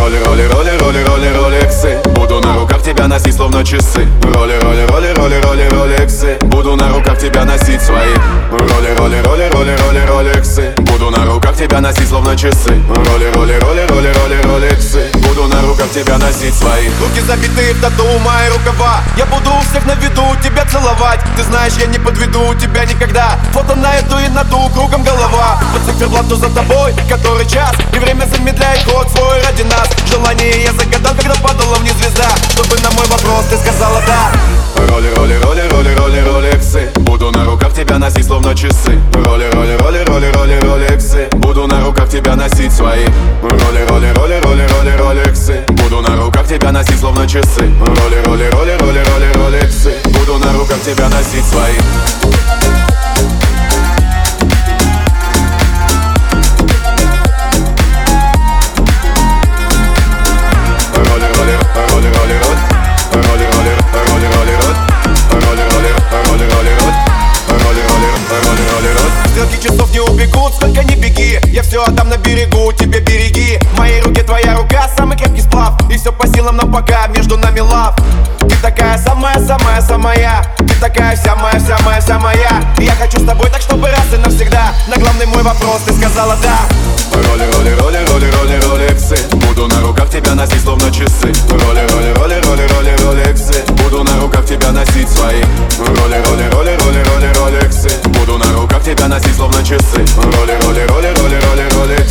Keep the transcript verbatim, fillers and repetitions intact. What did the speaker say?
Роли, роли, роли, роли, роли, ролексы. Буду на руках тебя носить, словно часы. Роли, роли, роли, роли, роли, ролексы. Буду на руках тебя носить свои. Роли, роли, роли, роли, роли, ролексы. Буду на руках тебя носить, словно часы. Роли, роли, роли, роли, роли, ролексы. Буду на руках тебя носить свои. Руки забитые в тату, мои рукава. Я буду у всех на виду тебя целовать. Ты знаешь, я не подведу тебя никогда. Фото на эту и на ту, кругом голова. Под циферблату за тобой, который час. И время замедляет ход свой ради нас. Желание я загадал, когда падала вниз звезда. Чтобы на мой вопрос ты сказала да. Роли, роли, роли, роли, роли, ролексы. Буду на руках тебя носить, словно часы. Роли, роли, роли, роли, роли, ролексы. Буду на руках тебя носить свои. Роли, роли, роли, роли, роли, ролексы. Буду на руках тебя носить, словно часы. Роли, роли, роли, роли, роли, ролексы. Буду на руках тебя носить свои. Стрелки часов не убегут, сколько не беги. Я все отдам на берегу, тебе береги. В моей руке твоя рука, самый крепкий сплав. И все по силам, но пока между нами лав. Ты такая самая-самая-самая. Ты такая вся моя, вся моя, вся моя. И я хочу с тобой так, чтобы раз и навсегда. На главный мой вопрос ты сказала да. Роли, роли, роли, роли, роли, ролексы. Буду на руках тебя носить, словно часы. Роли, роли, роли, роли, роли, ролексы. Буду на руках тебя носить свои. Роли, роли, роли, роли, роли, ролексы. Буду на руках тебя носить, словно часы. Роли, роли, роли, роли, роли, роли.